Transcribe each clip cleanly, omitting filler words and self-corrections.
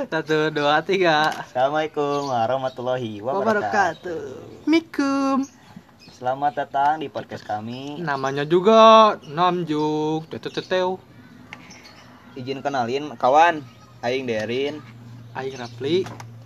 1, 2, 3. Assalamualaikum warahmatullahi wabarakatuh. Mikum. Selamat datang di podcast kami. Namanya juga Namjuk. Teteteteu. Izin kenalin kawan, aing Derin. Aing Rafli.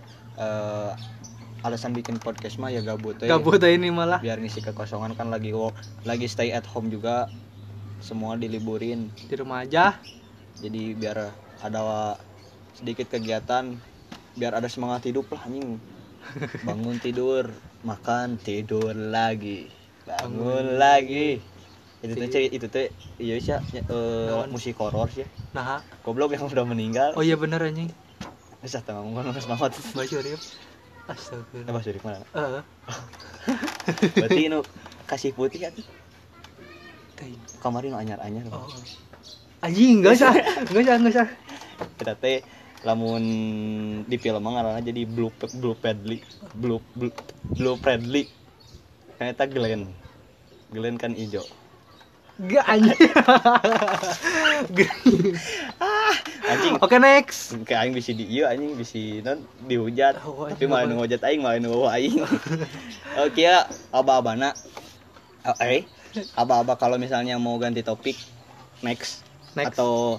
Alasan bikin podcast mah ya gabut. Gabut ini malah. Biar ngisi kekosongan kan lagi stay at home juga. Semua diliburin Di rumah aja. Jadi biar ada sedikit kegiatan, biar ada semangat hidup lah anjing. Bangun tidur, makan tidur lagi, bangun lagi. Itu teh iya sih musik horor sih. Nah, Goblok yang udah meninggal. oh iya bener anjing. Bisa ngomong semangat. Baca dia. Astagfirullah. Bahasa di mana? Heeh. Berarti nu kasih putih ya tuh. Teuing. Kemarin anyar-anyar. Oh. Anjing enggak usah. Kita teh lamun di film mah ngaranna jadi Blue Bradley. Kan eta Glenn kan ijo. Enggak anjing. Anjing. Oke, next. Kayak aing bisi di ieu anjing bisi non dihujat. Tapi malah nu ngehujat aing malah nu bawa aing. Oke ya, aba-abana. Aba-aba kalau misalnya mau ganti topik next. Atau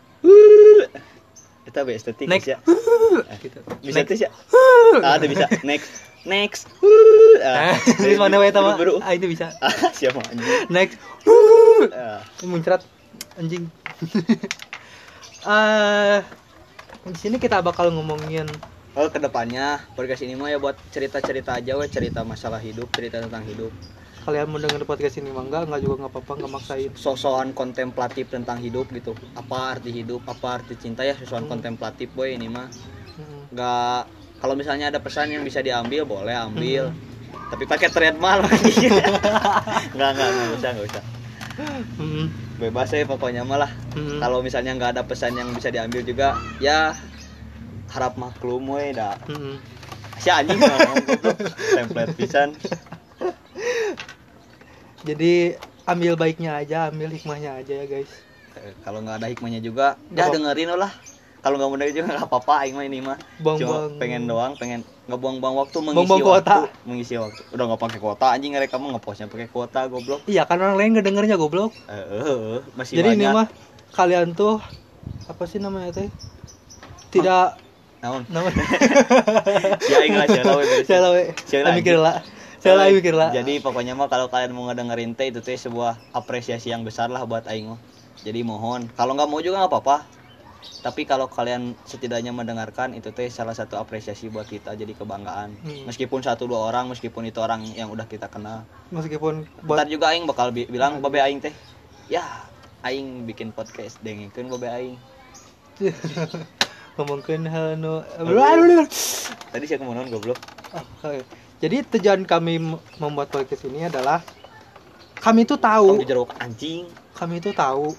kita be estetik next. ya. Gitu. Bisa tuh ya. Ada bisa. Next. Ini mana wae tama? Buru. Itu bisa. Siapa anjing? Next. Muncrat anjing. Di sini kita bakal ngomongin Kedepannya podcast ini mah ya buat cerita-cerita aja we, cerita masalah hidup, cerita tentang hidup. kalian mau denger podcast ini mah enggak juga enggak apa-apa, enggak maksain. Sosokan kontemplatif tentang hidup gitu. Apa arti hidup, apa arti cinta ya, sosokan kontemplatif boy ini mah. Enggak, kalau misalnya ada pesan yang bisa diambil boleh ambil. Tapi pakai trademark lagi. Enggak usah. Bebas ya pokoknya malah. Kalau misalnya enggak ada pesan yang bisa diambil juga ya harap maklum we dah. Si anjing ngomong goblok template pisan. Jadi ambil baiknya aja, ambil hikmahnya aja ya guys. Kalau nggak ada hikmahnya juga, ya dengerin lah. Kalau nggak mau dengerin juga nggak apa-apa. Aing mah ini mah cuma pengen ngebuang-buang waktu, mengisi waktu. Udah nggak pakai kuota anjing, ngerek kamu ngepostnya pakai kuota goblok. Iya kan orang lain ngedengernya goblok. Masih jadi banyak. Ini mah kalian tuh apa sih namanya teh? Tidak naon? Si aing lah mikir lah. Jadi pokoknya mah kalau kalian mau ngedengerin teh itu teh sebuah apresiasi yang besar lah buat aing mah. Jadi mohon, kalau nggak mau juga nggak apa-apa. Tapi kalau kalian setidaknya mendengarkan itu teh salah satu apresiasi buat kita, jadi kebanggaan. Meskipun 1-2 orang, meskipun itu orang yang udah kita kenal. Meskipun ntar juga aing bakal bilang babe aing teh, ya aing bikin podcast dengengkeun babe aing. Ngomongkeun hal nu Tadi saya kemonon goblok. Jadi tujuan kami membuat podcast ini adalah kami tuh tahu. Anjing. Kami tuh tahu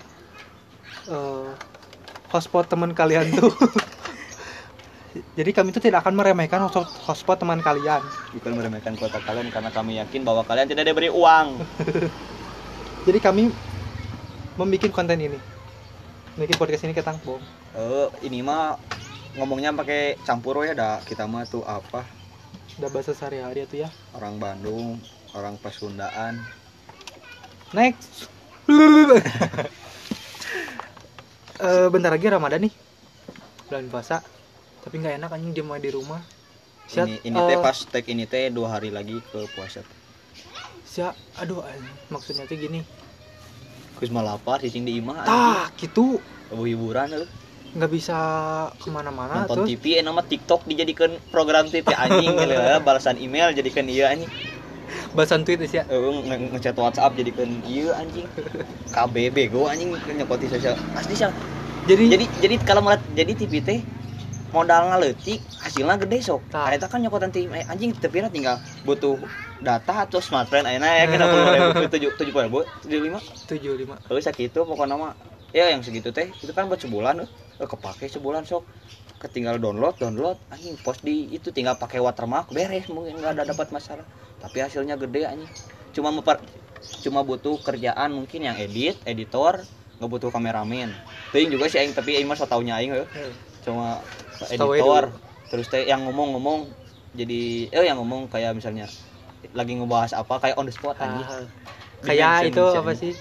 hotspot teman kalian tuh. Jadi kami tuh tidak akan meremehkan hotspot teman kalian. Bukan meremehkan kuota kalian karena kami yakin bahwa kalian tidak diberi uang. Jadi kami membuat konten ini. Bikin podcast ini ketang bom. Ini mah ngomongnya pakai campur ya dah. Kita mah tuh apa? Udah bahasa sehari-hari tuh ya. Orang Bandung, orang Pasundaan. Next. Bentar lagi Ramadan nih. Bulan puasa. Tapi enggak enak anjing diem di rumah. Ini teh pas tag ini teh 2 hari lagi ke puasa. Aduh maksudnya tuh gini. Geus mah lapar cicing di imah. Gitu. Abu hiburan lu. Nggak bisa kemana-mana nonton terus TV nama TikTok dijadikan program TV anjing balasan email jadikan iya anjing balasan tweet sih ya ngechat WhatsApp jadikan iya anjing KB bego anjing nyekoti sosial asli sih jadi kalau melihat jadi TV teh modal ngaleutik hasilnya gede sok eta kan nyokotan TV anjing tepina tinggal butuh data atau smartphone ayeuna ya kena 75 sakitu pokoknya mah ya yang segitu teh itu kan buat sebulan kepake sebulan sok ketinggal download anjing post di itu tinggal pakai watermark beres mungkin nggak ada dapat masalah tapi hasilnya gede anjing cuma butuh kerjaan mungkin yang editor nggak butuh kameramen. Ting juga sih aing tapi aing mah so taunya aing cuma editor terus teh yang ngomong jadi yang ngomong kayak misalnya lagi ngebahas apa kayak on the spot anjing. Kayak itu apa sih?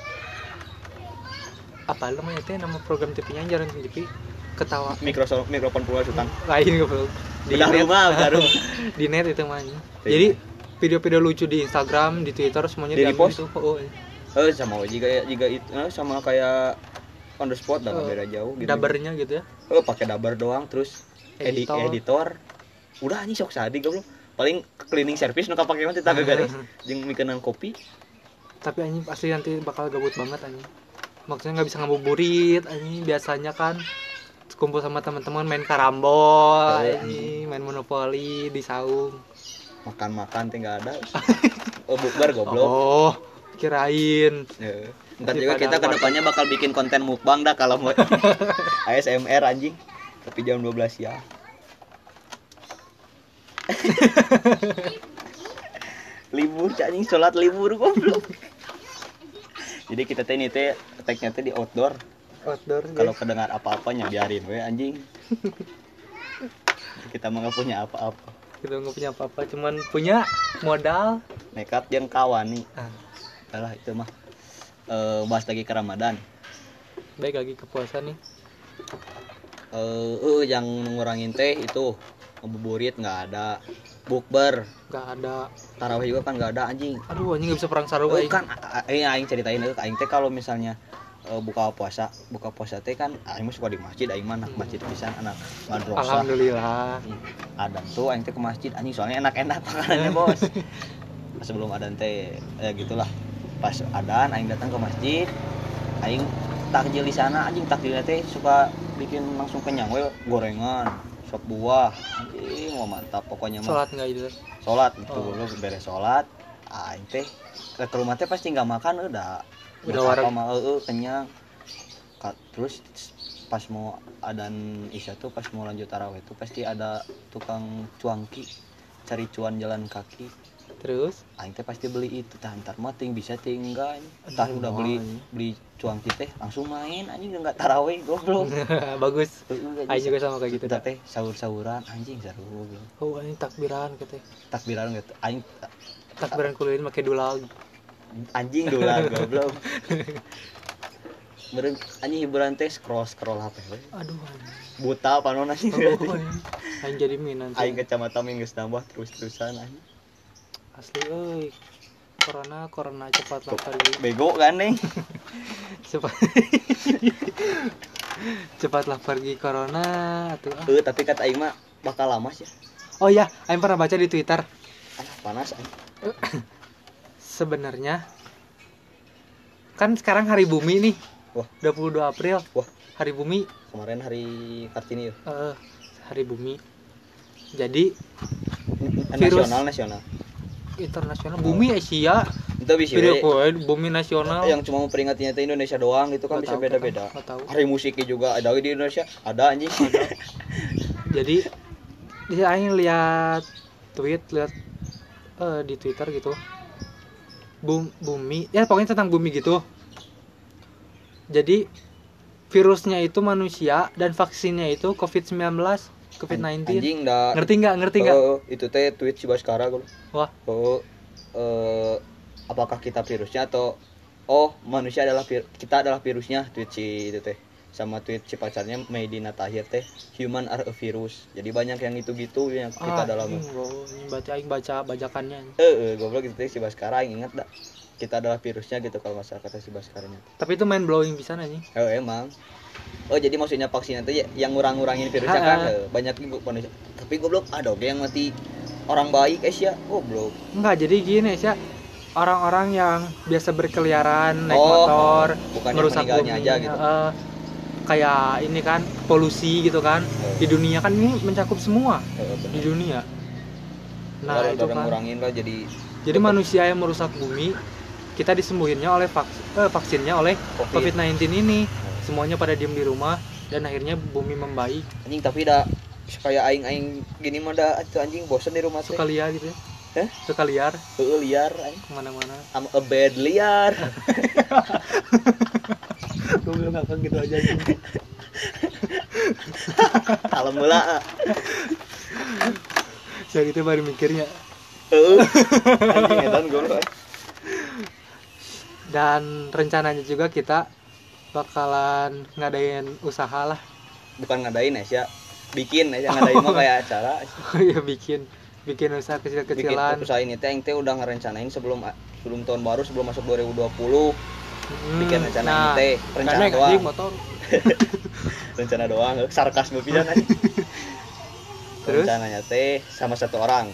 Apa namanya itu nama program TV-nya jarang TV ketawa mikrofon pula sultan lain goblok di rumah di net itu mah. Jadi video-video lucu di Instagram, di Twitter semuanya di post itu. Sama juga itu sama kayak on the spot dah beda jauh gitu. Dabarnya gitu ya. Pakai dabar doang terus editor. Udah anjing sok sadi goblok. Paling cleaning service nu kapake mah teh garis jeung mikeunang kopi. Tapi anjing asli nanti bakal gabut banget anjing. Maksudnya enggak bisa ngabuburit anjing, biasanya kan kumpul sama teman-teman main karambol, anjing, main monopoli di saung. Makan-makan teh enggak ada. Bukber goblok. Oh, kirain. Ntar juga kita kedepannya bakal bikin konten mukbang dah kalau mau ASMR anjing. Tapi jam 12 ya. Libur anjing, sholat libur goblok. Jadi kita teh ini teh tag-nya teh di outdoor. Kalau kedengar apa-apanya biarin we anjing. Kita mah enggak punya apa-apa. Cuman punya modal nekat jeung kawan nih. Salah itu mah. Bahas lagi ke Ramadan. Baik lagi ke puasa nih. Yang ngurangin teh itu ngabuburit enggak ada. Bukber enggak ada. Tarawih juga kan enggak ada anjing. Aduh anjing enggak bisa perang sarung aing. Kan aing ceritain aing teh kalau misalnya buka puasa teh kan aing mah suka di masjid, aing mah anak masjid pisan, anak madrasah. Alhamdulillah. Adan tuh aing teh ke masjid anjing soalnya enak-enak makanannya bos. Sebelum adan teh gitulah. Pas adan aing datang ke masjid, aing takjil di sana anjing, takjilnya teh suka bikin langsung kenyang we, gorengan, sop buah. Anjing mau mantap pokoknya mah. Salat enggak itu? Salat gitu dulu beres salat, aing teh ke rumah teh pasti enggak makan udah wareg mah kenyang. Terus pas mau adan isya tuh pas mau lanjut tarawih tuh pasti ada tukang cuangki cari cuan jalan kaki. Terus aing teh pasti beli itu tah entar mah ting bisa tinggal. Tah udah beli cuangki teh langsung main anjing enggak tarawih goblok. Bagus. Aing juga sama kayak gitu teh sahur-sahuran anjing seru goblok. Oh anjing takbiran gitu. Takbiran gitu. Aing takbiran kuliah make dulag. Anjing dulag goblok. Beren anjing hiburan teh scroll HP we. Aduh. Buta panon anjing. Aing jadi minat. Aing kecamatan geus nambah terus-terusan anjing. Asli euy. Corona cepatlah pergi. Bego kan nih. Cepatlah pergi corona atuh. Tapi kata aing mah bakal lama sih. Oh iya, aing pernah baca di Twitter. Panas aing. Sebenarnya kan sekarang hari bumi nih. Wah, 22 April. Wah, hari bumi. Kemarin hari Kartini ya. Hari bumi. Jadi nasional. Internasional, bumi Asia. Itu bisa bumi nasional. Yang cuma memperingatinya itu Indonesia doang gitu kan, bisa beda-beda. Hari musiknya juga ada di Indonesia, ada anjing. Jadi dia aing lihat di Twitter gitu. Bumi, ya pokoknya tentang bumi gitu. Jadi virusnya itu manusia dan vaksinnya itu COVID-19. Anjing dah. Ngerti enggak? Itu teh tweet si Baskara gua. Wah. Apakah kita virusnya atau manusia kita adalah virusnya, tweet si itu teh. Sama tweet si pacarnya Medina Tahir teh, human are a virus. Jadi banyak yang gitu-gitu yang kita dalam. Baca bajakannya. Goblok gitu teh si Baskara aing inget dah. Kita adalah virusnya gitu kalau masalah kata si Baskaranya. Tapi itu mind blowing pisan anjing. Emang. Jadi maksudnya vaksin itu yang ngurangin virusnya kan banyak manusia. Tapi goblok ada yang mati orang baik ya goblok. Enggak, jadi gini ya. Orang-orang yang biasa berkeliaran naik motor, merusak bumi aja gitu. Kayak ini kan polusi gitu kan. Di dunia kan ini mencakup semua. Di dunia. Nah, itu kan ngurangin lah jadi manusia yang merusak bumi, kita disembuhinnya oleh vaksinnya oleh COVID-19 ini. Semuanya pada diem di rumah dan akhirnya bumi membaik. Anjing tapi dah supaya aing gini mah dah anjing bosan di rumah suka liar gitu ya. Suka liar. Liar anjing. Kemana-mana. I'm a bad liar. Gue bilang ngakak gitu aja anjing. Alhamdulillah. Ya gitu baru mikirnya. Anjing edan goblok. Dan rencananya juga kita bakalan ngadain usaha lah. Bukan ngadain ya, bikin aja ngadain mah kayak acara. Ya bikin usaha Bikin kecil-kecilan. usaha ini teh aing teh udah ngerencanain sebelum tahun baru, sebelum masuk 2020. Bikin rencana ini teh, rencana doang. Motor. Rencana doang, sarkasme pisan aja. Terus? Rencananya teh sama satu orang.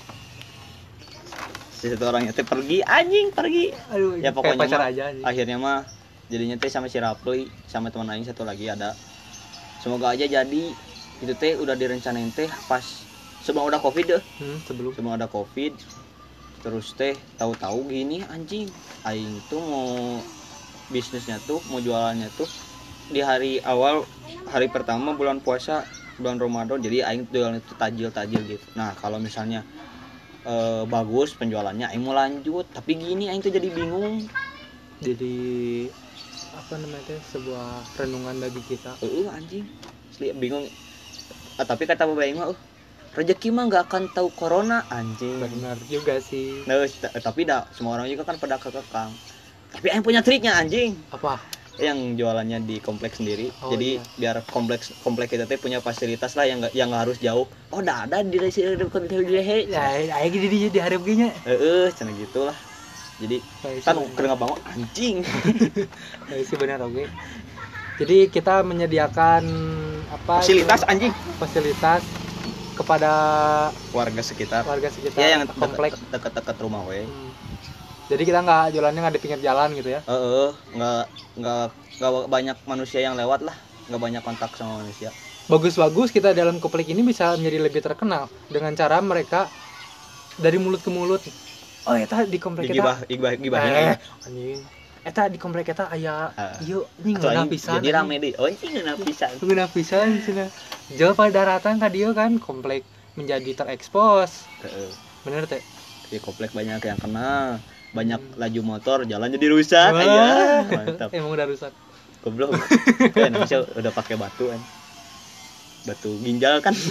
Si satu orangnya teh pergi, anjing pergi. Aduh, Ya kayak pokoknya pacar mah, aja anjing. akhirnya mah jadinya teh sama si Rapli sama teman aing satu lagi ada. Semoga aja jadi. Itu teh udah direncanain teh pas sebelum udah Covid deh. Sebelum ada Covid. Terus teh tahu-tahu gini anjing. Aing tuh mau bisnisnya tuh, mau jualannya tuh di hari awal, hari pertama bulan puasa, bulan Ramadan. Jadi aing jualan itu tajil gitu. Nah, kalau misalnya bagus penjualannya aing mau lanjut, tapi gini aing tuh jadi bingung. Jadi apa namanya teh, sebuah renungan bagi kita. Anjing asli bingung. Tapi kata bapak aing mah rezeki mah nggak akan tahu corona anjing. Benar juga sih. Nah, tapi dah semua orang juga kan pada kekang. Tapi aing punya triknya anjing. Apa? Yang jualannya di kompleks sendiri. Jadi iya. biar kompleks kita teh punya fasilitas lah yang nggak harus jauh. Oh, ada di he. Ya, aya gini di hareup ge nya. Cenah gitulah. Jadi kan keur ngabangun anjing. Sih benar oke. Jadi kita menyediakan apa? Fasilitas anjing. Fasilitas kepada warga sekitar. Ya yang kompleks dekat-dekat rumah we. Jadi kita nggak jualannya nggak di pinggir jalan gitu ya? Nggak banyak manusia yang lewat lah, nggak banyak kontak sama manusia. Bagus-bagus kita dalam komplek ini bisa menjadi lebih terkenal dengan cara mereka dari mulut ke mulut. Oh eta di komplek kita. Gibahin. Anjing. Eta di komplek kita aya ieu anjing geuna pisan. Jadi rame deui. Oh anjing geuna pisan. Geuna pisan cenah. Jauh pada daratan ka dieu kan komplek menjadi terekspos. Bener teh. Di komplek banyak yang kenal. Banyak laju motor, jalan jadi rusak aja. Mantap. Emang udah rusak. Goblok. Kan bisa udah pakai batu kan. Batu ginjal kan.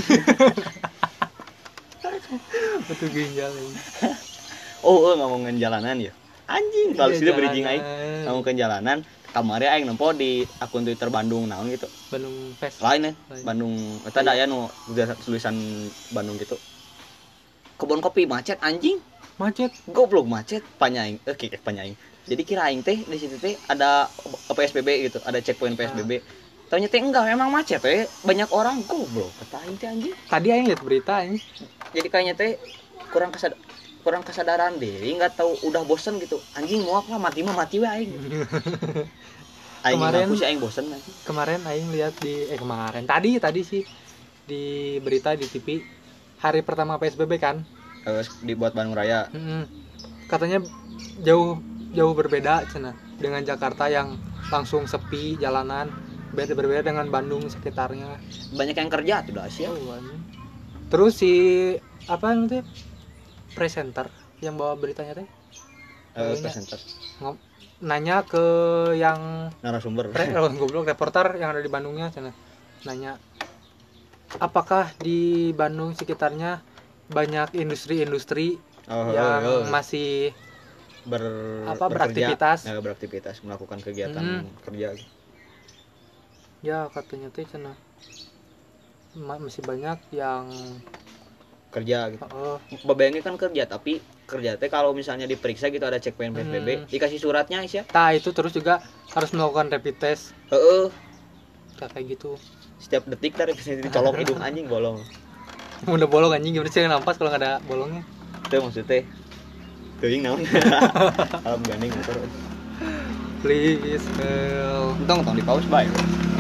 Batu ginjal ini. Ngomongin jalanan ya. Anjing, kalau sudah bridging aing. Ngomongin jalanan, kemarin aing nempo di akun Twitter Bandung naon gitu. Bandung Fest. Lain Bandung. Eta da aya nu tulisan Bandung gitu. Kebun kopi macet anjing. Macet, goblok macet, panyaing. Jadi kira aing teh di situ teh ada PSBB gitu, ada checkpoint PSBB. Taunya teh enggak, memang macet teh, banyak orang, goblok. Kata aing teh anjing. Tadi aing lihat berita anjing. Jadi kayaknya teh kurang kesadaran diri, enggak tahu udah bosen gitu. Anjing muak lah, mati we aing. Aing ngaku sih aing bosen anjing. Kemarin aing lihat tadi sih di berita di TV hari pertama PSBB kan. Dibuat Bandung Raya. Katanya jauh berbeda cenah dengan Jakarta yang langsung sepi jalanan, berbeda dengan Bandung sekitarnya. Banyak yang kerja tuh dah Asia. Terus si apa namanya presenter yang bawa beritanya teh? Presenter. Nanya ke yang narasumber. Goblok reporter yang ada di Bandungnya cenah. Nanya apakah di Bandung sekitarnya banyak industri-industri yang masih beraktivitas melakukan kegiatan kerja. Ya katanya teh cenah masih banyak yang kerja gitu. Bayangin kan kerja, tapi kerja teh kalau misalnya diperiksa gitu ada checkpoint PSBB, dikasih suratnya Isya. Itu terus juga harus melakukan rapid test. Kayak gitu. Setiap detik dari rapid dicolok hidung anjing bolong. Udah bolong anjing gimana sih nafas kalau nggak ada bolongnya? Itu maksudnya teuing naon? Alam gandeng motor. Please help. Tong di pause bae.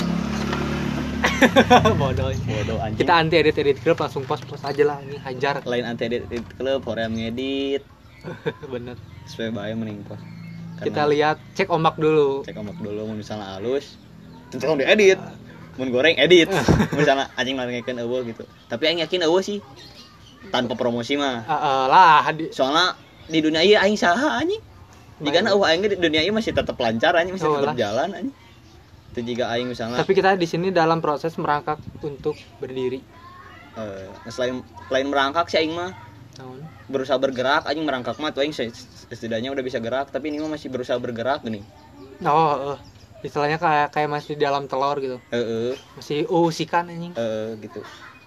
Bodoh anjing. Kita anti edit klub langsung pause aja lah ini hajar. Lain anti edit klub, hoream ngedit. Bener. Supaya bae mending pause. Kita lihat cek ombak dulu Mau misalnya halus tentu diedit. Mun goreng edit. Misalnya anjing ngarengekeun eueuh gitu. Tapi aing yakin eueuh sih. Tanpa promosi mah. Soalnya di dunia ieu aing saha anjing. Jigana eueuh aing di dunia ieu masih tetap lancar anjing, masih tetap jalan anjing. Itu jika aing misalnya Tapi kita di sini dalam proses merangkak untuk berdiri. selain merangkak sih aing mah Naon? berusaha bergerak. Aing merangkak mah tuh aing setidaknya udah bisa gerak, tapi ini mah masih berusaha bergerak gini. Istilahnya kayak masih di dalam telur gitu. Masih usikan anjing. Gitu.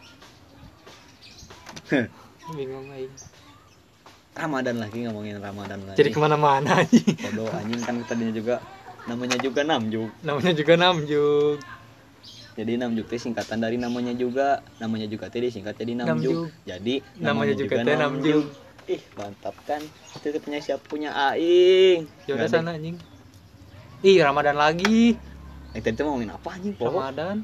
Bingung aing. Ramadan lagi, ngomongin Ramadan lagi. Jadi kemana-mana anjing. Bodoh anjing, kan tadinya juga namanya juga Namjuk. Namanya juga Namjuk. Jadi Namjuk teh singkatan dari namanya juga teh disingkat jadi Namjuk. Jadi namanya juga teh Namjuk. Ih, mantap kan? Itu punya siapa? Punya aing. Yaudah sana anjing. Ih, Ramadan lagi. Tadi tuh ngomongin apa anjing? Ramadan.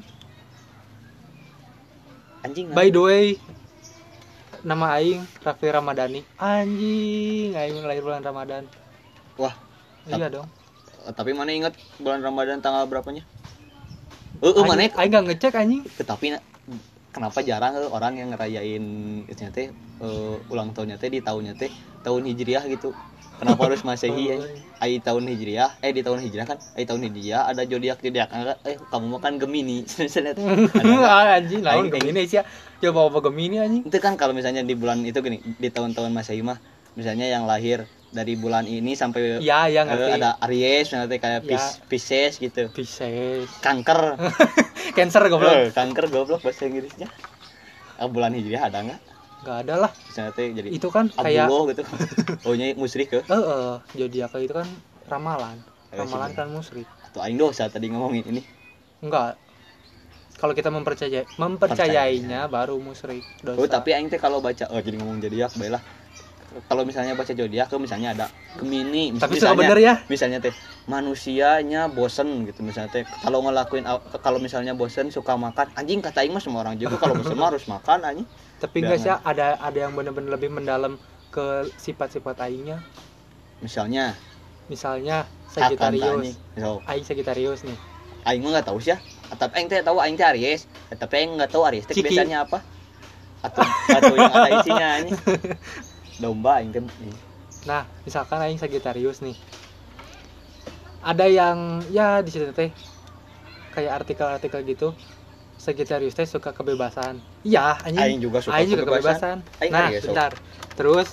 Anjing. By the way, nama aing Raffi Ramadhani. Anjing, aing lahir bulan Ramadan. Wah. Iya dong. Tapi mana ingat bulan Ramadan tanggal berapanya? Mana? Aing enggak ngecek anjing. Tetapi kenapa jarang orang yang ngerayain istilahnya teh ulang tahunnya teh di tahunnya teh tahun Hijriah gitu. Kenapa harus Masehi ya? Ai tahun Hijriah, di tahun Hijriah kan, tahun Hijriah ada zodiak kamu makan Gemini. Anjing, naon Gemini sih? Coba apa Gemini anjing? Itu kan kalau misalnya di bulan itu gini, di tahun-tahun Masehi mah, misalnya yang lahir dari bulan ini sampai ada Aries, nanti kayak Pisces gitu. Pisces. Kanker. Cancer goblok. Kanker goblok bahasa Inggrisnya. Bulan Hijriah ada enggak? Enggak ada lah. Misalnya teh jadi itu kan kayak gitu. Ohnya musyrik ke? Zodiak itu kan ramalan. Ramalan kan musyrik. Atau aing dosa tadi ngomongin ini. Enggak. Kalau kita mempercayainya baru musyrik dosa. Tapi aing teh kalau baca jadi ngomong zodiak baiklah. Kalau misalnya baca zodiak misalnya ada Gemini, tapi suka bener ya. Misalnya teh manusianya bosen gitu, misalnya teh kalau misalnya bosen suka makan. Anjing kata aing mah semua orang juga kalau bosen mah harus makan anjing. Tapi enggak sih ada yang benar-benar lebih mendalam ke sifat-sifat aingnya. Misalnya Sagittarius. Aing Sagittarius nih. Aing mah enggak tahu sih ya. Tapi aing teh tahu aing teh Aries, tapi aing enggak tahu Aries teh biasanya apa. Atau yang ada isinya anjing. Domba aing teh. Nah, misalkan aing Sagittarius nih. Ada yang ya di situ teh kayak artikel-artikel gitu. Sagittarius teh suka kebebasan. Iya, anjing. Aing juga suka kebebasan. Nah, bentar. Terus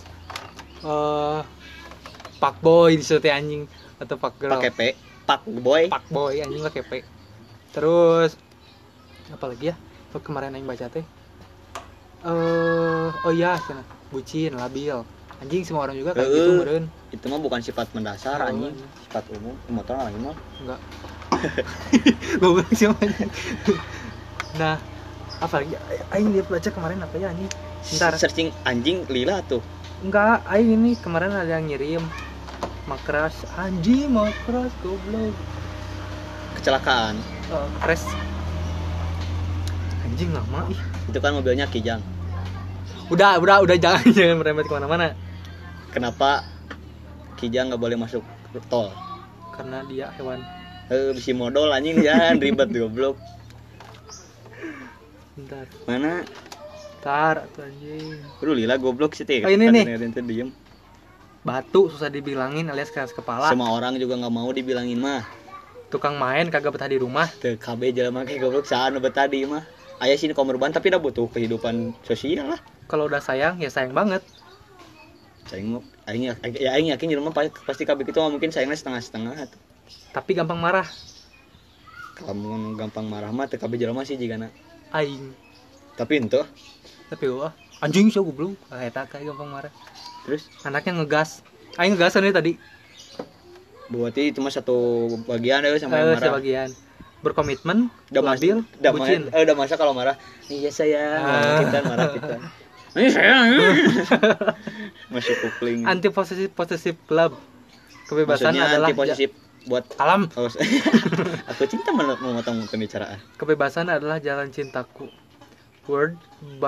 Pak Boy di situ teh anjing atau Pak Girl. Pakai P. Pak Boy anjing pakai P. Terus apa lagi ya? Kemarin aing baca teh. Sana. Bucin, labil. Anjing semua orang juga kayak gitu meureun. Itu mah bukan sifat mendasar anjing, sifat umum. Motor lagi mah. Enggak. Goblok sih anjing. Nah, apa lagi? Aing dia baca kemarin apa ya anjing? Bentar. Searching anjing lila tuh. Enggak, aing ini kemarin ada yang ngirim makras anjing, makras goblok. Kecelakaan. Crash. Anjing lama ih. Itu kan mobilnya Kijang. Udah jangan merembet kemana-mana. Kenapa Kijang nggak boleh masuk tol? Karena dia hewan. Bisi modal anjing jangan ribet goblok. Bentar. Mana? Bentar tuh anjing. Lila goblok sih teh. Ini nih. Diem. Batu susah dibilangin alias keras kepala. Semua orang juga nggak mau dibilangin mah. Tukang main kagak betah di rumah. Teu KB jelema ge goblok saan betah di mah. Aya sini komerban tapi udah butuh kehidupan sosial lah. Kalau udah sayang ya sayang banget. Sayang aing yakin jelema pasti KB itu mungkin sayangnya setengah-setengah atuh. Tapi gampang marah. Kalau gampang marah mah teu KB jelema sih jigana Aing. Tapi ente. Tapi anjing sih goblok. Eta kayak gampang marah. Terus anaknya ngegas. Aing ngegasan nih tadi. Berarti cuma satu bagian deh sama yang marah. Sebagian. Berkomitmen, labil, bucin. Udah masa kalau marah. Iya sayang, kita marah kita. Ini sayang. Masih kupling. Anti posesif love. Kebebasan maksudnya adalah anti posesif buat alam. Aku cinta memotong pembicaraan. Kebebasan adalah jalan cintaku. Word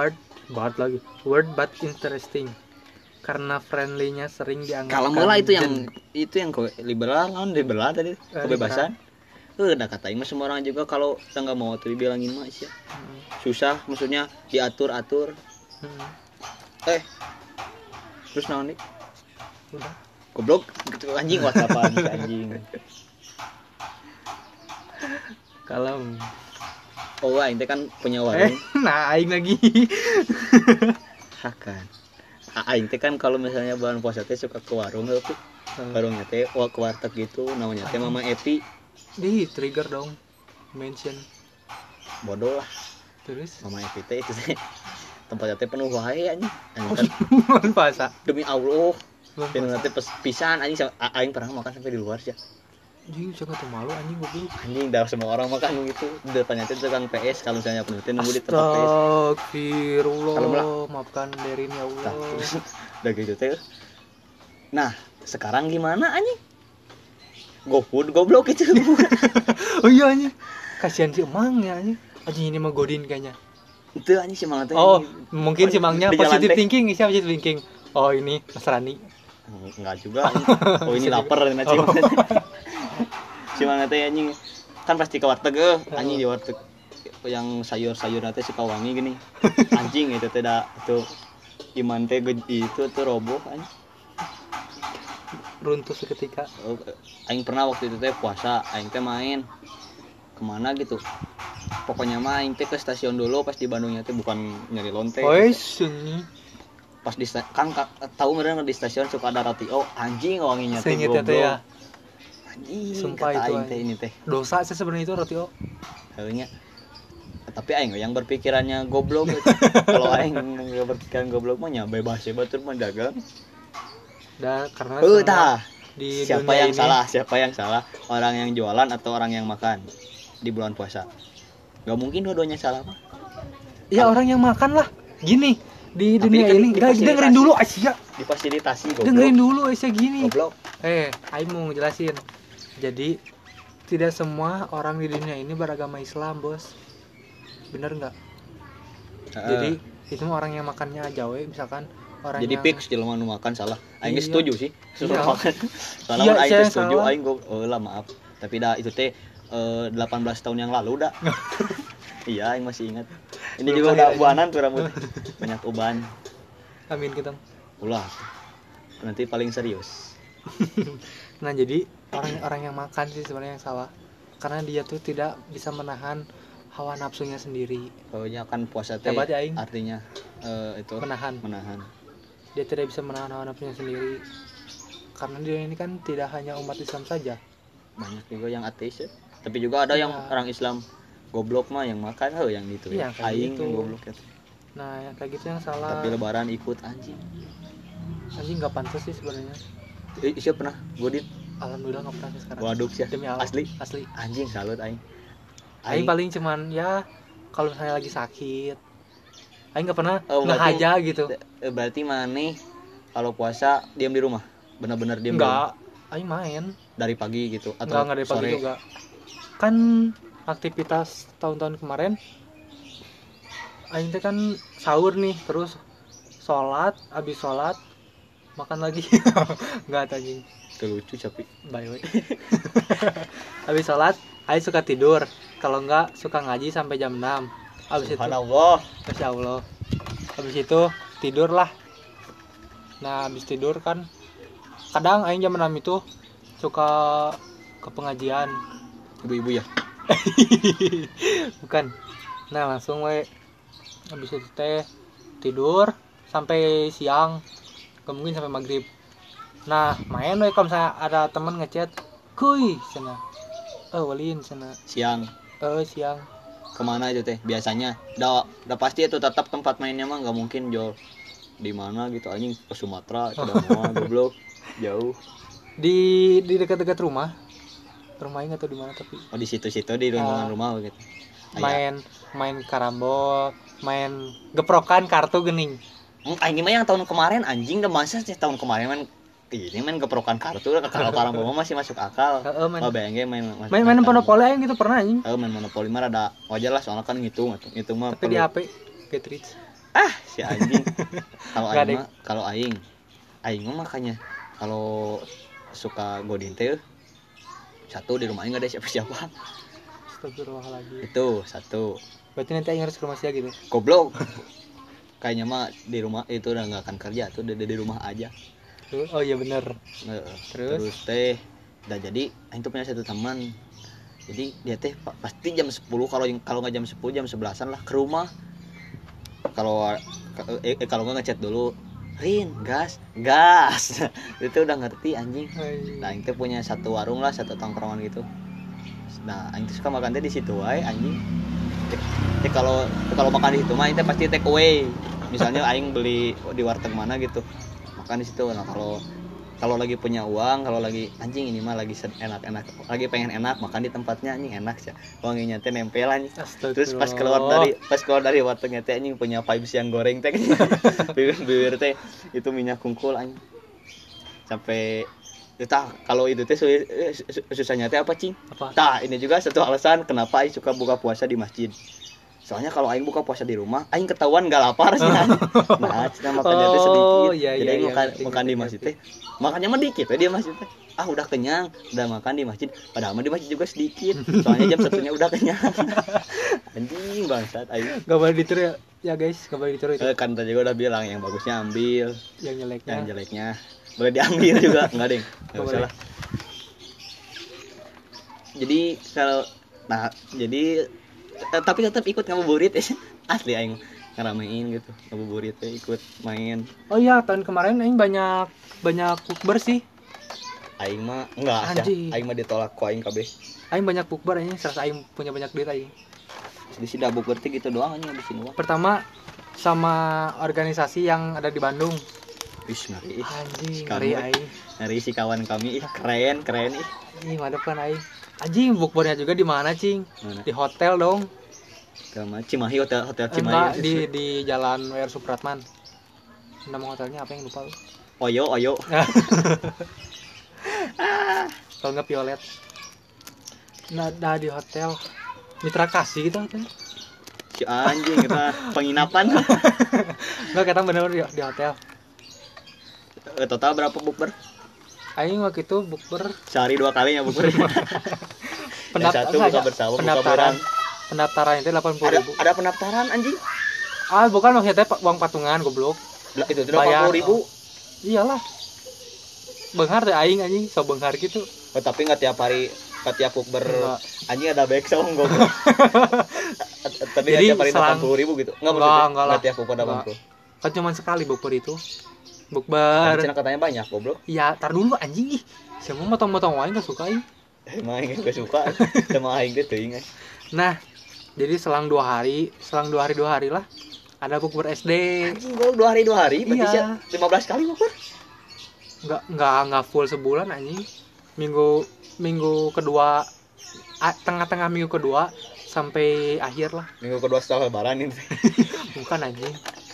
but interesting. Karena friendly-nya sering dianggap. Kalau malah itu yang liberal tadi kebebasan. Udah katain mah semua orang juga kalau nggak mau tuh dibilangin mah sih. Susah maksudnya diatur-atur. Terus naon nih? Udah. Goblok gitu anjing WhatsApp-an anjing. Kalem. Oh aing teh kan punya warung. Nah aing lagi. Hakan. Aing teh kan kalau misalnya bulan puasa teh suka ke warung tuh. Warungnya teh ke warteg gitu namanya teh Mama Epi. Di trigger dong. Mention. Bodoh lah. Terus Mama Epi teh itu teh tempatnya teh penuh wae anjing. bulan puasa. Demi Allah. Bulan Dan puasa. nanti pisan anjing aing pernah makan sampai di luar sih. Anjing jangan tuh malu anjing goblok. Anjing dah semua orang makan gitu. Di depannya teh tukang PS kalau misalnya penuh teh nunggu di tempat PS. Astagfirullah. Maafkan Derin ya Allah. Terus udah gitu teh. Nah, sekarang gimana anjing? GoFood goblok itu. Oh iya anjing. Kasihan si emangnya anjing. Anjing ini mah Godin kayaknya. Itu anjing semangatnya. Oh, mungkin si emangnya di jalan positive teh. thinking, siapa positive thinking? Oh, ini Nasrani. Enggak juga. Oh ini lapar dan anjing. Semangatnya anjing. Kan pasti ke warteg anjing di warteg yang sayur-sayur nanti suka wangi gini. Anjing itu teh da tuh iman teh itu tuh roboh anjing. Runtuh seketika. Oh, aing pernah waktu itu teh puasa, aing teh main kemana gitu. Pokoknya mah aing teh ke stasiun dulu pas di Bandungnya teh bukan nyari lonte. Ois, ini. Pas di kan tahu meureun di stasiun suka ada ratio anjing wanginya teh Seingetnya goblok. teh ya. Anjing, Sumpah kata itu, aing teh ini teh. Dosa sih sebenarnya itu Ratio. Heunya. Tapi aing yang berpikirannya goblok gitu. Kalau aing enggak berpikiran goblok mah nya bebas ya batur mah dagang. Dan karena Tah. di Siapa dunia yang ini, salah? Siapa yang salah? Orang yang jualan atau orang yang makan di bulan puasa? Gak mungkin dua-duanya salah mah. Ya orang yang makan lah. Gini, di Tapi dunia kan ini enggak difasilitasi. dengerin dulu Asia. Difasilitasi goblok. Dengerin dulu Asia gini. Goblok. Aing mau ngejelasin. Jadi tidak semua orang di dunia ini beragama Islam, Bos. Bener nggak? Jadi itu mah orang yang makannya aja we, misalkan orang jadi yang fix jelema nu makan salah. Aing Iya. setuju sih. Suruh Iya. makan. Soalnya Iya, mun aing saya teh yang setuju salah. aing lah maaf. Tapi dah itu teh 18 tahun yang lalu dah. Iya, aing masih ingat. Ini Belum juga lahir udah aja. ubanan tuh rambut. Banyak uban. Amin kita. Ulah. Nanti paling serius. Nah, jadi orang yang makan sih sebenarnya yang salah. Karena dia tuh tidak bisa menahan hawa nafsunya sendiri. Pokoknya kan puasa teh Hebat ya, aing. artinya itu Menahan. Dia tidak bisa menahan hawa nafsunya sendiri. Karena dia ini kan tidak hanya umat Islam saja. Banyak juga yang ateis ya. Tapi juga ada yang Iya. orang Islam goblok mah yang makan yang itu Iya, ya. kayak Aing gitu. yang goblok ya. Nah, yang kayak gitu yang salah. Tapi lebaran ikut anjing. Anjing nggak pantas sih sebenarnya. Siapa pernah godin? Alhamdulillah nggak pernah sih sekarang. Waduh sih. Demi Allah. Asli. Asli. Anjing salut aing. Aing paling cuman ya kalau misalnya lagi sakit. Aing nggak pernah Oh, nggak berarti- aja gitu. Berarti maneh kalau puasa diam di rumah. Benar-benar diam di Enggak. rumah. Aing main. Dari pagi gitu atau Enggak dari pagi sore. juga. Kan aktivitas tahun-tahun kemarin Aing teh kan sahur nih, terus sholat, habis sholat makan lagi. Enggak anjing. Itu lucu tapi. Bye we. Habis sholat, Aing suka tidur. Kalau enggak suka ngaji sampai jam 6. Habis itu, Subhanallah. Masya Allah. Habis itu tidur lah. Nah, habis tidur kan kadang Aing jam 6 itu suka ke pengajian. Ibu-ibu ya. Bukan. Nah, langsung we habis itu teh tidur sampai siang. Gak mungkin sampai maghrib. Nah, main we kalau misalnya ada temen ngechat, "Kuy, sana." Walin sana. Siang. Siang. Kemana itu teh biasanya? Udah pasti itu tetap tempat mainnya mah nggak mungkin jauh. Di mana gitu anjing ke Sumatera, ke Damoa, goblok. Jauh. Di dekat-dekat rumah. Rumah Aing atau di mana tapi Oh di situ-situ di lingkungan rumah gitu. main karambol, main geprokan kartu gening. Ini mah yang tahun kemarin anjing udah masa sih tahun kemarin main ini main keprokan kartu kalau karambol mah masih masuk akal. Main Oh BNG main main monopoli aing gitu pernah anjing. Main monopoli mah ada wajar lah soalnya kan ngitung mah Tapi di HP get rich. si anjing. Kalau Nggak, aing mah aing mah makanya kalau suka godin teh satu di rumah aing enggak ada siapa-siapa. Astagfirullahaladzim. Itu satu. Berarti nanti aing harus ke rumah sia gitu. Goblok. Kayaknya mah di rumah itu udah nggak akan kerja tuh di rumah aja. Oh iya bener. Terus teh udah jadi aing tuh punya satu teman Jadi dia teh pasti jam 10, kalau nggak jam 10 jam 11-an lah ke rumah. Kalau kalau nggak ngechat dulu, Rin, gas. Itu udah ngerti anjing. Nah, itu punya satu warung lah, satu tongkrongan gitu. Nah, aing tuh suka makan teh di situ wae anjing. Kalau makan di situ mah itu pasti take away. Misalnya aing beli di warteg mana gitu. Makan di situ. Nah, kalau lagi punya uang, kalau lagi anjing ini mah lagi enak-enak, lagi pengen enak makan di tempatnya anjing enak sih. Wanginya teh nempel anjing. Terus pas keluar dari wartegnya teh anjing punya vibes yang goreng teh. Bibir teh itu minyak kungkul anjing. Sampai kita kalau itu teh susahnya teh apa cing? Tah, ini juga satu alasan kenapa aing suka buka puasa di masjid. Soalnya kalau aing buka puasa di rumah, aing ketahuan gak lapar sih. Nah, cina makannya teh sedikit. Jadi aing makan di masjid teh. Makannya mah dikit dia masjid teh. Ah, udah kenyang, udah makan di masjid. Padahal mah di masjid juga sedikit. Soalnya jam 1-nya udah kenyang. Anjing bangsat aing. Gak boleh ditiru ya guys, gak boleh ditiru itu. Kan tadi gua udah bilang yang bagusnya ambil, yang jeleknya boleh diambil juga, enggak deng. Enggak usah lah. Jadi tapi tetap ikut ngabuburit ya. Asli aing ngeramein gitu. Ngabuburit teh ikut main. Oh iya, tahun kemarin aing banyak bukber sih. Aing mah enggak sih. Aing mah ditolak ku aing kabeh. Aing banyak bukber aing, serasa aing punya banyak duit aing. Jadi sih bukber teh gitu doang anjing habisin uang. Pertama sama organisasi yang ada di Bandung. Wis ngeri. Anjing, ngeri aing. Ngeri si kawan kami keren ih. Ih, mantap kan aing. Anjing, bukbernya juga di mana, Cing? Mana? Di hotel dong. Sama Cimahi, hotel Cimahi. Enggak, di Jalan W.R. Supratman. Nama hotelnya apa yang lupa lu? Oyo. Kalau enggak Violet. Nah, di hotel Mitra Kasih gitu katanya. Si anjing kita penginapan. Enggak, kata bener di hotel. Total berapa bukber? Aing waktu itu bukber sehari 2 kali ya bukber. Satu buka bersama, pendaftaran itu 80.000. Ada pendaftaran anjing? Ah, bukan maksudnya uang patungan goblok. Itu 80.000. Iyalah. Benghar teh aing anjing, so benghar gitu. Oh, tapi enggak tiap hari, tiap bukber anjing ada back sound goblok. Tapi tiap hari 80.000 gitu. Enggak tiap bukber 80. Kan cuma sekali bukber itu. Bukber. Cina katanya banyak goblok. Iya, tar dulu anjing ih. Siapa motong-motong wae enggak suka ih. Emang aing enggak suka. Sama aing teh teuing. Nah, jadi selang 2 hari lah ada bukber SD. Anjing gua 2 hari berarti iya. 15 kali bukber. Enggak full sebulan anjing. Minggu kedua tengah-tengah minggu kedua sampai akhir lah. Minggu kedua setelah lebaran ini. Bukan anjing.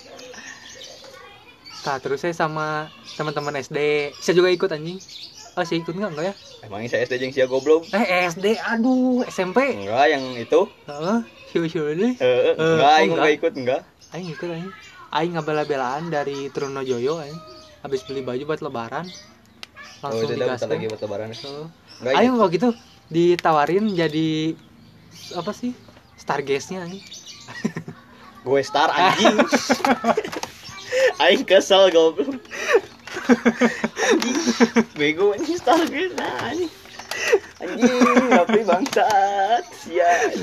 Nah, terus saya sama teman-teman SD. Saya juga ikut anjing. Oh, saya ikut enggak ya? Emangnya saya SD jeung sia goblok. SD, aduh, SMP. Enggak, yang itu. Heeh, siu-siu ini. Enggak, aing enggak ikut, enggak. Aing ikut aing. Aing ngabela-belaan dari Trunojoyo aing. Habis beli baju buat lebaran. Langsung dikasih lagi buat lebaran. Aing waktu gitu ditawarin jadi apa sih? Stargaze-nya aing. Gue star anjing. Aing kesel goblok. Anjing. Bego anjing Stargaze anjing. Anjing, tapi bangsat. Sia.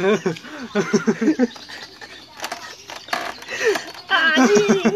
Anjing.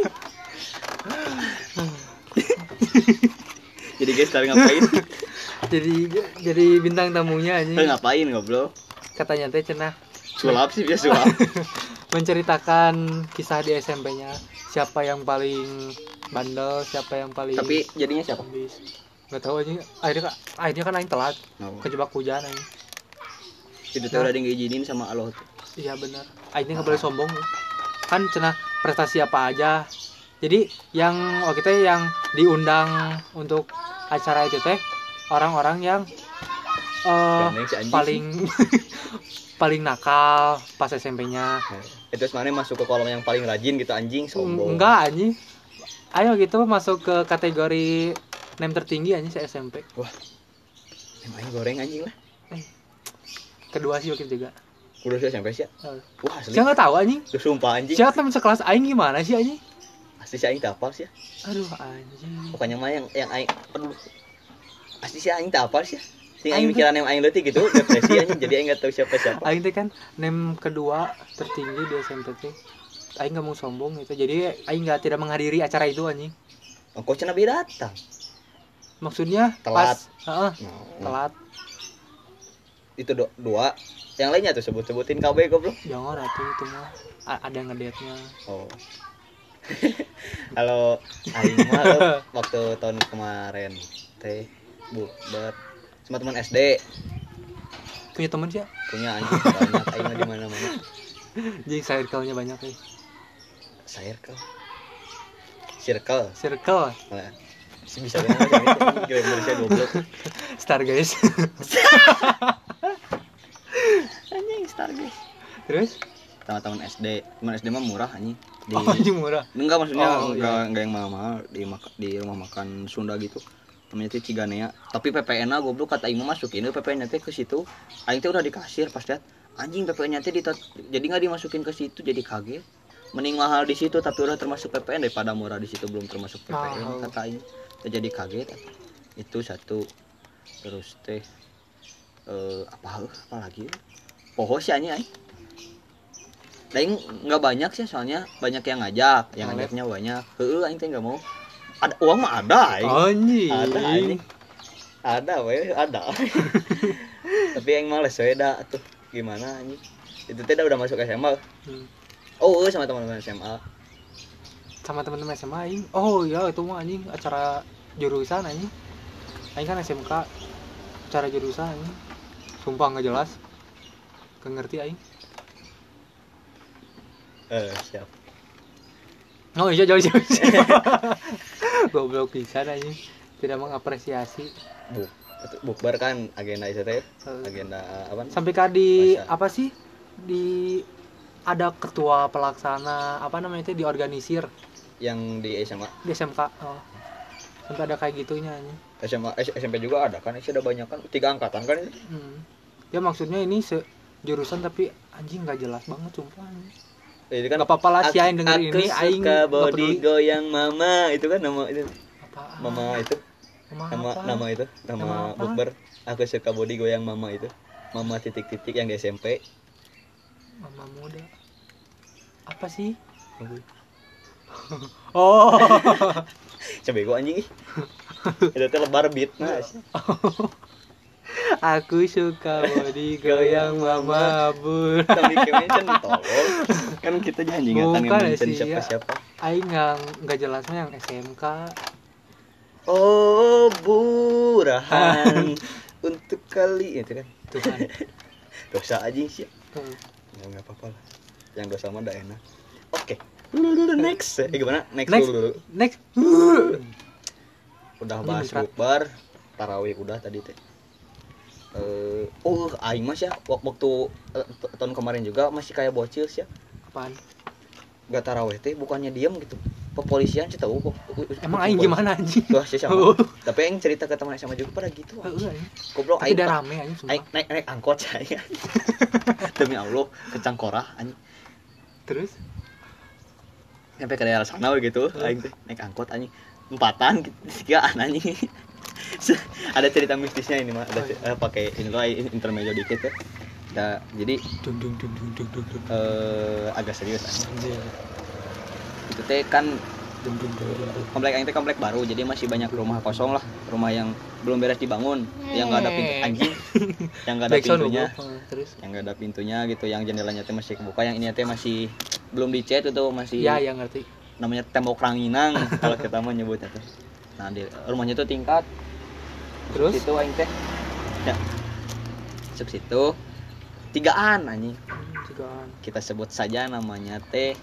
Jadi guys, sekarang ngapain? jadi bintang tamunya anjing. Ngapain goblok? Katanya teh cenah sulap sih biasa sulap. Menceritakan kisah di SMP-nya, siapa yang paling bandel, siapa yang paling. Tapi jadinya siapa? Nggak tahu aja. Akhirnya kan aing telat, kejebak hujan aing. Itu tuh udah diizinin sama Allah. Iya benar. Aingnya nggak boleh sombong. Kan cenah prestasi apa aja. Jadi yang waktu itu yang diundang untuk acara itu teh orang-orang yang paling nakal pas SMP-nya. Itu sebenarnya masuk ke kolom yang paling rajin gitu anjing sombong. Enggak anjing. Ayo gitu masuk ke kategori name tertinggi anjing se SMP. Wah. Emang goreng anjing lah. Kedua sih waktu juga. Udah sih SMP sih. Wah, asli. Saya enggak tahu anjing. Tuh sumpah anjing. Siapa teman sekelas aing gimana sih anjing? Asli si aing tak hafal sih. Aduh anjing. Pokoknya mah yang aing perlu. Asli si aing tak hafal sih. Sing aing mikiran nem aing leutik gitu, depresi anjing jadi aing enggak tahu siapa-siapa. Aing teh kan nem kedua tertinggi di SMP teh. Aing enggak mau sombong gitu. Jadi aing enggak tidak menghadiri acara itu anjing. Kok cenah bi datang. Maksudnya Telat. pas telat. Itu dua. Yang lainnya tuh sebut-sebutin KB goblok. Jangan atuh itu mah ada ngedate-nya. Oh. Halo, aing mah waktu tahun kemarin teh bukber sama teman SD. Punya teman sih? Punya anjing banyak aing mah di mana-mana. Jadi circle-nya banyak nih. Circle. Nah, bisa banget ini Indonesia goblok. Star guys. Anjing Star guys. Terus Teman-teman SD mah murah anjing. anjing murah. Enggak maksudnya iya. enggak yang mahal di rumah makan Sunda gitu. Namanya teh Ciganea. Tapi PPN-na goblok kata aing mah masukin PPN-nya teh ke situ. Aing teh udah di kasir pas lihat anjing PPN-nya teh jadi enggak dimasukin ke situ jadi kaget. Mending mahal di situ tapi udah termasuk PPN daripada murah di situ belum termasuk PPN kata aing. Jadi kaget. Itu satu. Terus teh apa lagi? Poho sih anjing aing. Aing nggak banyak sih soalnya banyak yang ngajaknya banyak. Aing teh nggak mau. Ada uang mah ada aing. Anjing. Ada. Tapi aing males we da tuh. Gimana anjing? Itu teh udah masuk SMA. Oh, sama teman-teman SMA. Sama teman-teman SMA aing. Oh iya itu mah anjing acara jurusan anjing. Aing kan SMK. Acara jurusan anjing. Sumpah enggak jelas. Enggak ngerti aing. Siap. Oh iya jauh. Goblok pisan anjing. Tidak mengapresiasi. Bukber kan agenda itu teh. Agenda apa? Sampai kadi Masa. apa sih? Di ada ketua pelaksana apa namanya itu diorganisir Yang di SMA. di SMK. Oh. Sampai ada kayak gitunya anjing. SMA SMP juga ada kan? Ada banyak kan? 3 angkatan kan itu. Ya maksudnya ini jurusan tapi anjing nggak jelas banget sumpah. Itu kan Gak apa-apa lah si aing denger ini aing suka nggak body peduli. goyang mama itu kan nama itu. Apaan? Mama itu. Nama itu nama apa? bukber. Aku suka body goyang mama itu. Mama titik-titik yang di SMP. Mama muda. Apa sih? Oh. Coba gua anjing. Itu teh lebar beat nah. Aku suka body goyang mama bur. Tapi mention tolong. Kan kita janji enggak Bukan mention sih, ya. siapa-siapa. Aing nggak jelasnya yang SMK. Oh, burahan untuk kali itu kan. Tuhan. Dosa aja sih. Ya enggak apa-apa lah. Yang dosa mah udah enak. Oke. Next. Gimana? Next dulu. Next. Udah bahas bukber, tarawih udah tadi teh. Aing mas ya waktu tahun kemarin juga masih kayak bocil sih ya. Apaan? Gak tarawih teh bukannya diam gitu. Kepolisian sih tahu kok. Emang aing gimana anjing? Wah sih sama. Tapi aing cerita ke teman sama juga pada gitu. Goblok aing. aing. Tidak rame anjing sumpah. Naik angkot saya. Demi Allah kecangkorah anjing. Terus sampai ke daerah sana gitu. Aing teh naik angkot anjing. 4-an gitu. 3-an anjing. Ada cerita mistisnya ini mah ada pakai ini loh intermezzo dikit ya. Nah, jadi agak serius anjing. Itu teh kan komplek aing teh komplek baru jadi masih banyak rumah kosong lah, rumah yang belum beres dibangun, yang enggak ada pintu anjing, yang enggak ada pintunya. Terus yang enggak ada pintunya gitu, yang jendelanya teh masih kebuka, yang ini teh masih belum dicat itu masih. Ya, yang ngerti. Namanya tembok ranginang kalau kita mau nyebutnya tuh. Nah, di rumahnya tuh tingkat. Terus situ aing teh. Ya. Masuk situ 3-an anjing. 3-an. Kita sebut saja namanya teh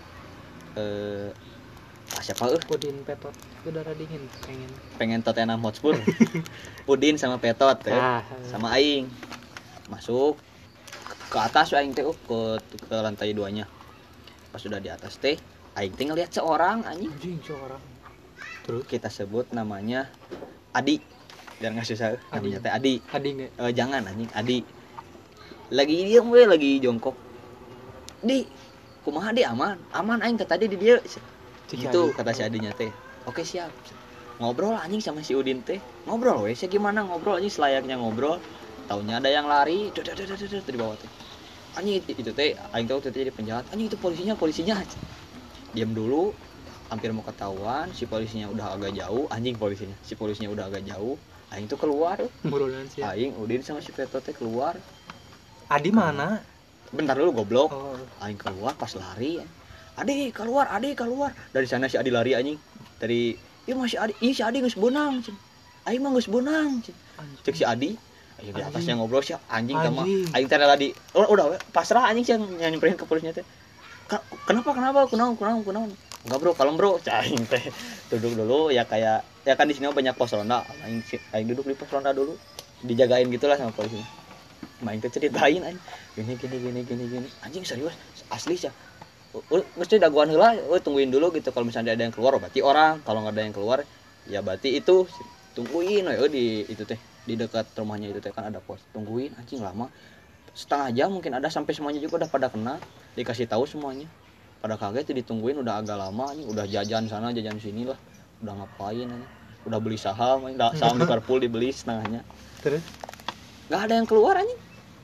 siapa Udin Petot. Udara dingin pengen Tottenham Hotspur. Udin sama Petot sama aing. Masuk ke atas aing teh ke lantai 2-nya. Pas sudah di atas teh aing teh ngeliat seorang anjing. Seorang. Terus kita sebut namanya Adi. Biar enggak susah namanya teh Adi. Adi enggak? Jangan anjing, Adi. Lagi diam we, lagi jongkok. Di, kumaha di aman? Aman aing tadi di dia. Gitu kata si Adinya teh. Oke, siap. ngobrol anjing sama si Udin teh, ngobrol weh, saya gimana ngobrol anjing selayaknya ngobrol, taunya ada yang lari, di bawah teh, anjing itu teh, aing tahu teh jadi penjahat, anjing itu polisinya, diam dulu, hampir mau ketahuan, si polisinya udah agak jauh, si polisinya udah agak jauh, aing tuh keluar, Buronan sih. aing Udin sama si Peto teh keluar, Adi mana? bentar dulu goblok, Oh. aing keluar pas lari, Adi keluar, dari sana si Adi lari anjing, dari iya masih Adi, iya si Adi geus beunang, aing mah geus beunang, cek si Adi, ayo di atasnya ngobrol sih anjing sama, aing teh lagi, udah pasrah anjing sih nyamperin ke polisnya teh, kenapa, kunaon, enggak bro, kalem bro, aing teh duduk dulu ya kayak, ya kan di sini banyak pos ronda, aing duduk di pos ronda dulu, dijagain gitulah sama polisinya, main teh ceritain aing, gini, anjing serius, asli sih. Mesti daguan heula, tungguin dulu gitu, kalau misalnya ada yang keluar berarti orang, kalau nggak ada yang keluar ya berarti itu tungguin di itu teh, di dekat rumahnya itu teh kan ada pos, tungguin anjing lama, setengah jam mungkin ada, sampai semuanya juga udah pada kena, dikasih tahu semuanya, pada kaget ditungguin udah agak lama anjing, udah jajan sana jajan sini lah, udah ngapain anjing, udah beli saham Liverpool dibeli setengahnya, Terus nggak ada yang keluar anjing.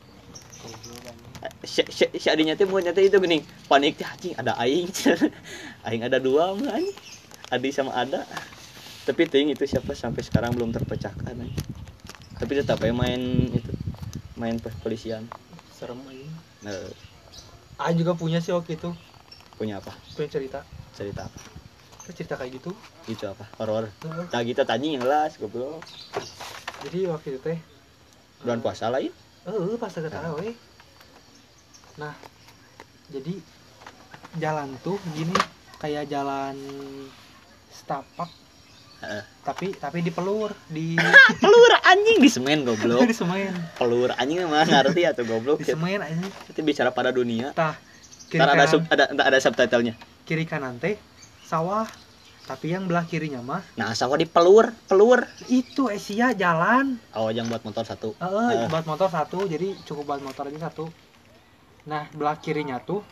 Si adinya teh buatnya teh itu gini, panik teh anjing ada aing. Aing ada dua mah anjing. Adi sama Ada. Tapi ting itu siapa sampai sekarang belum terpecahkan anjing. Tapi tetap ya main polisian. serem aja. Nah, Juga punya sih waktu itu, punya apa? punya cerita. Cerita apa? Cerita kayak gitu. Gitu apa? Horor. Nah, gitu tadi yang jelas goblok. Jadi waktu itu teh Bulan puasa lain. pas deket tarawih. Nah, jadi jalan tuh gini kayak jalan setapak, tapi dipelur di Pelur anjing di semen goblok. di semen. Pelur anjing mah ngerti atuh goblok. Di semen aja. Itu bicara pada dunia. Tah, kiri Ntar ada kanan, ada subtitlenya. kiri kanan teh sawah, tapi yang belah kirinya mah Nah, sawah di pelur. itu Asia jalan. Oh, yang buat motor satu. Buat motor satu, jadi cukup buat motor aja satu. Nah, belah kirinya tuh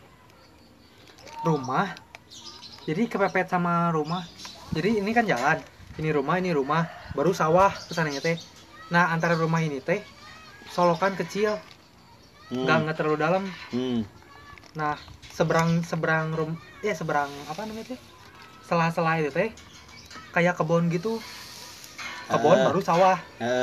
rumah. Jadi kepepet sama rumah. Jadi ini kan jalan, ini rumah, baru sawah kesananya teh. Nah, antara rumah ini teh solokan kecil, nggak terlalu dalam. Nah, seberang apa namanya teh? Sela-sela itu teh kayak kebun gitu. Kebun baru sawah.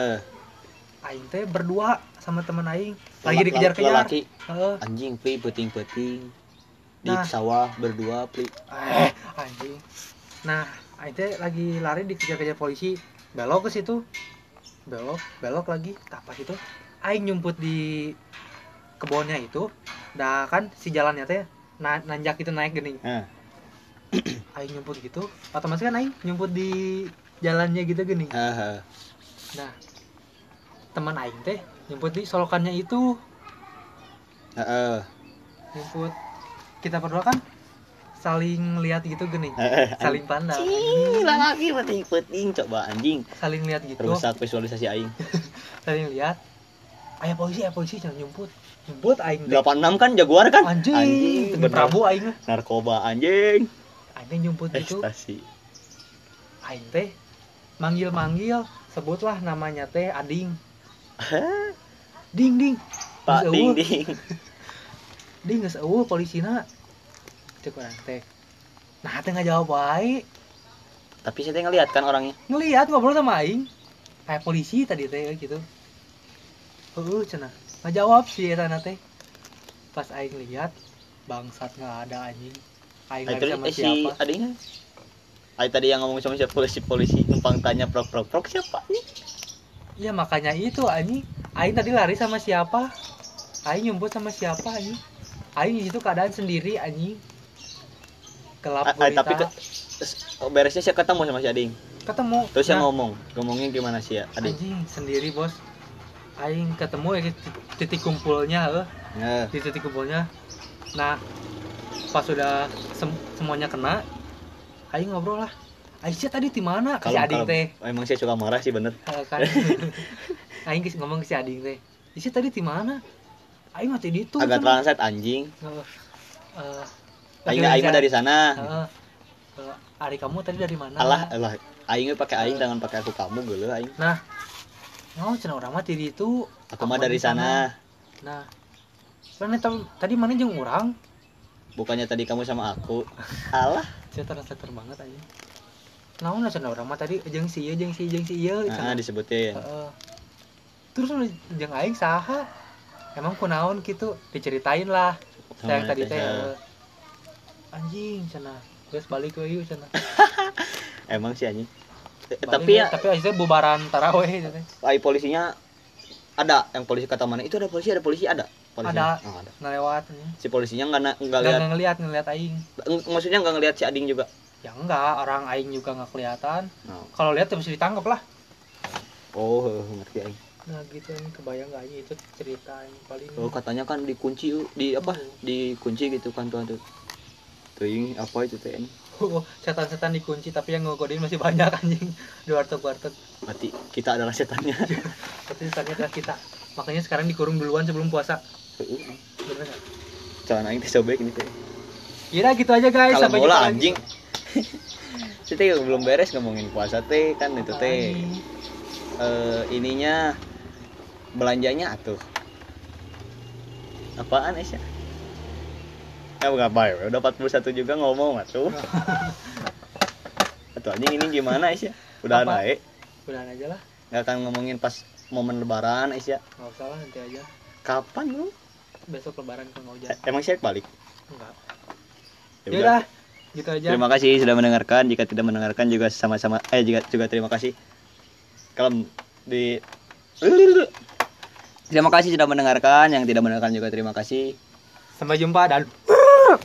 Aing teh berdua sama temen aing lagi dikejar-kejar. Anjing pli peting di Nah. sawah berdua pli. Anjing. Nah, aing teh lagi lari dikejar-kejar polisi. Belok ke situ. Belok lagi. Pas itu aing nyumput di kebunnya itu. Dah kan si jalannya teh nanjak itu naik gini. Aing nyumput gitu. Otomatis kan aing nyumput di jalannya gitu gini. Nah, teman aing teh nyumput di solokannya itu. Nyumput, kita berdua kan saling lihat gitu gini, saling pandang. Lagi peting coba anjing. Saling lihat gitu. Rusak visualisasi aing. Saling lihat. Ayah polisi jangan nyumput aing. 86 kan jaguar kan? Anjing bener. Prabu aing. Narkoba anjing. Aing nyumput gitu. Ekstasi. Aing teh manggil sebutlah namanya teh Ading. Ding. Pak Geus ding eueuh. ding. Ding geus eueuh polisina. Cek urang teh. Nah, teh ngajawab wae. Tapi saya ngeliat kan orangnya. Ngelihat ngobrol sama aing. Kayak polisi tadi teh gitu. Cenah. Ngajawab sih eta teh. Pas aing lihat bangsat enggak ada anjing. Aing lagi sama Si siapa? adingnya. Aing tadi yang ngomong sama siapa polisi numpang tanya prok siapa nih? Ya makanya itu anjing. Aing tadi lari sama siapa? Aing nyumput sama siapa anjing? Aing di situ keadaan sendiri anjing. Gelap gulita. Tapi beresnya saya ketemu sama si Ading. Ketemu. Terus saya ngomongnya gimana sih ya Ading? Anjing sendiri bos. Aing ketemu ya di titik kumpulnya di titik kumpulnya. Nah, pas sudah semuanya kena, aing ngobrol lah. Aisyah tadi di mana? Ke si Ading teh. Emang saya suka marah sih bener. Kan. Aing ngomong ke si Ading teh. Aisyah tadi di mana? Aing mati di itu. Agak translate anjing. Aing Aing mah dari sana. Ari kamu tadi dari mana? Alah aing pakai aing jangan pakai aku kamu geuleuh aing. Nah, cenah urang mah tadi itu. Aku mah dari sana. Nah, soalnya tadi mana jeung urang? Bukannya tadi kamu sama aku. Alah, Saya terasa banget aja. Naon cenah urang mah tadi jeung si ieu. disebutin. Terus jeung aing saha? Emang kunaon gitu? Diceritain lah. Saya tadi teh anjing cenah. Terus balik ke ieu cenah. Emang sih anjing. Tapi akhirnya bubaran taraweh gitu teh. Polisinya ada, yang polisi kata mana? Itu ada polisi. Polisinya. Ada. Oh, ada. Ngelewat. Si polisinya enggak ngelihat aing. Maksudnya enggak ngelihat si Ading juga. Ya enggak, orang aing juga enggak kelihatan. Oh. Kalau lihat mesti ditangkap lah. Oh, ngerti aing. Nah, gitu yang kebayang enggak itu cerita yang paling. Oh, katanya kan dikunci dikunci gitu kan tuh. Teuing apa itu teh? Oh, setan-setan dikunci tapi yang ngogodain masih banyak anjing. Di warteg. Berarti kita adalah setannya. Berarti setannya adalah kita. Makanya sekarang dikurung duluan sebelum puasa. Bener enggak? Celana aing teh sobek ini teh. Kira gitu aja guys, kalau sampai bola jumpa anjing. Kita belum beres ngomongin puasa teh kan itu teh. Ininya belanjanya atuh. Apaan Aisyah? Ya apa ya? Udah 41 juga ngomong atuh. Atuh anjing ini gimana Aisyah? Udah naik. Udahan aja lah. Enggak akan ngomongin pas momen lebaran Aisyah. Enggak usah lah, nanti aja. Kapan lu? Besok lebaran ke Ngojak. Emang Syek balik? Enggak. Ya Ya udah, gitu aja. Terima kasih sudah mendengarkan. Jika tidak mendengarkan juga sama-sama juga terima kasih. Kalau di Terima kasih sudah mendengarkan, yang tidak mendengarkan juga terima kasih. Sampai jumpa dan